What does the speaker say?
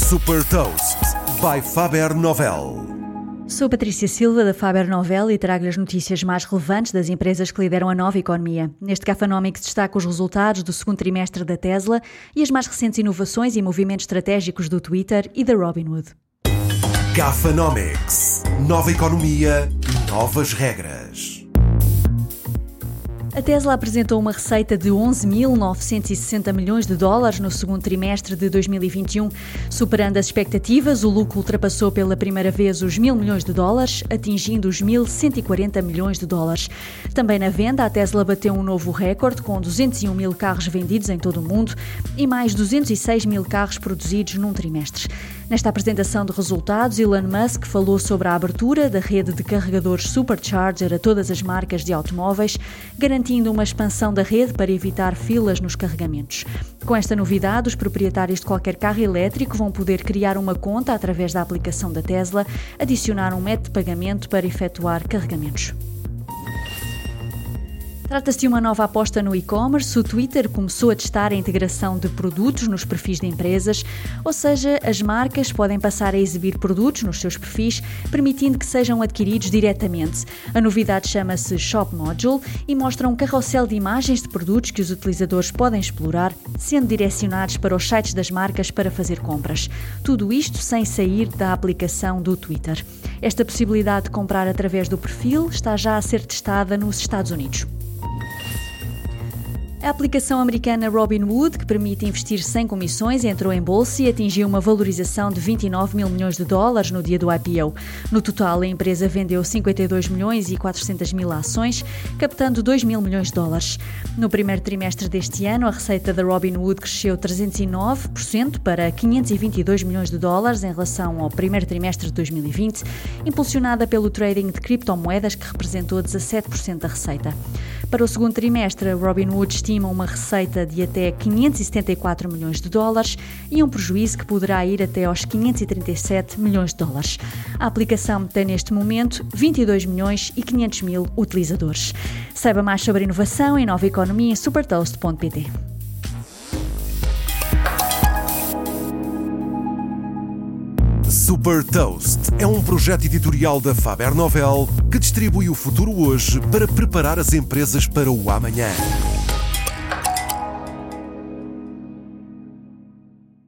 Super Toast by Faber Novel. Sou Patrícia Silva da Faber Novel e trago-lhe as notícias mais relevantes das empresas que lideram a nova economia. Neste Gafanomics destaco os resultados do segundo trimestre da Tesla e as mais recentes inovações e movimentos estratégicos do Twitter e da Robinhood. Gafanomics. Nova economia, novas regras. A Tesla apresentou uma receita de 11.960 milhões de dólares no segundo trimestre de 2021. Superando as expectativas, o lucro ultrapassou pela primeira vez os 1.000 milhões de dólares, atingindo os 1.140 milhões de dólares. Também na venda, a Tesla bateu um novo recorde, com 201 mil carros vendidos em todo o mundo e mais 206 mil carros produzidos num trimestre. Nesta apresentação de resultados, Elon Musk falou sobre a abertura da rede de carregadores Supercharger a todas as marcas de automóveis, garantindo uma expansão da rede para evitar filas nos carregamentos. Com esta novidade, os proprietários de qualquer carro elétrico vão poder criar uma conta através da aplicação da Tesla, adicionar um método de pagamento para efetuar carregamentos. Trata-se de uma nova aposta no e-commerce. O Twitter começou a testar a integração de produtos nos perfis de empresas, ou seja, as marcas podem passar a exibir produtos nos seus perfis, permitindo que sejam adquiridos diretamente. A novidade chama-se Shop Module e mostra um carrossel de imagens de produtos que os utilizadores podem explorar, sendo direcionados para os sites das marcas para fazer compras. Tudo isto sem sair da aplicação do Twitter. Esta possibilidade de comprar através do perfil está já a ser testada nos Estados Unidos. A aplicação americana Robinhood, que permite investir sem comissões, entrou em bolsa e atingiu uma valorização de 29 mil milhões de dólares no dia do IPO. No total, a empresa vendeu 52 milhões e 400 mil ações, captando 2 mil milhões de dólares. No primeiro trimestre deste ano, a receita da Robinhood cresceu 309% para 522 milhões de dólares em relação ao primeiro trimestre de 2020, impulsionada pelo trading de criptomoedas, que representou 17% da receita. Para o segundo trimestre, a Robinhood estima uma receita de até 574 milhões de dólares e um prejuízo que poderá ir até aos 537 milhões de dólares. A aplicação tem neste momento 22 milhões e 500 mil utilizadores. Saiba mais sobre inovação e nova economia em supertoast.pt. Super Toast é um projeto editorial da Faber Novel que distribui o futuro hoje para preparar as empresas para o amanhã.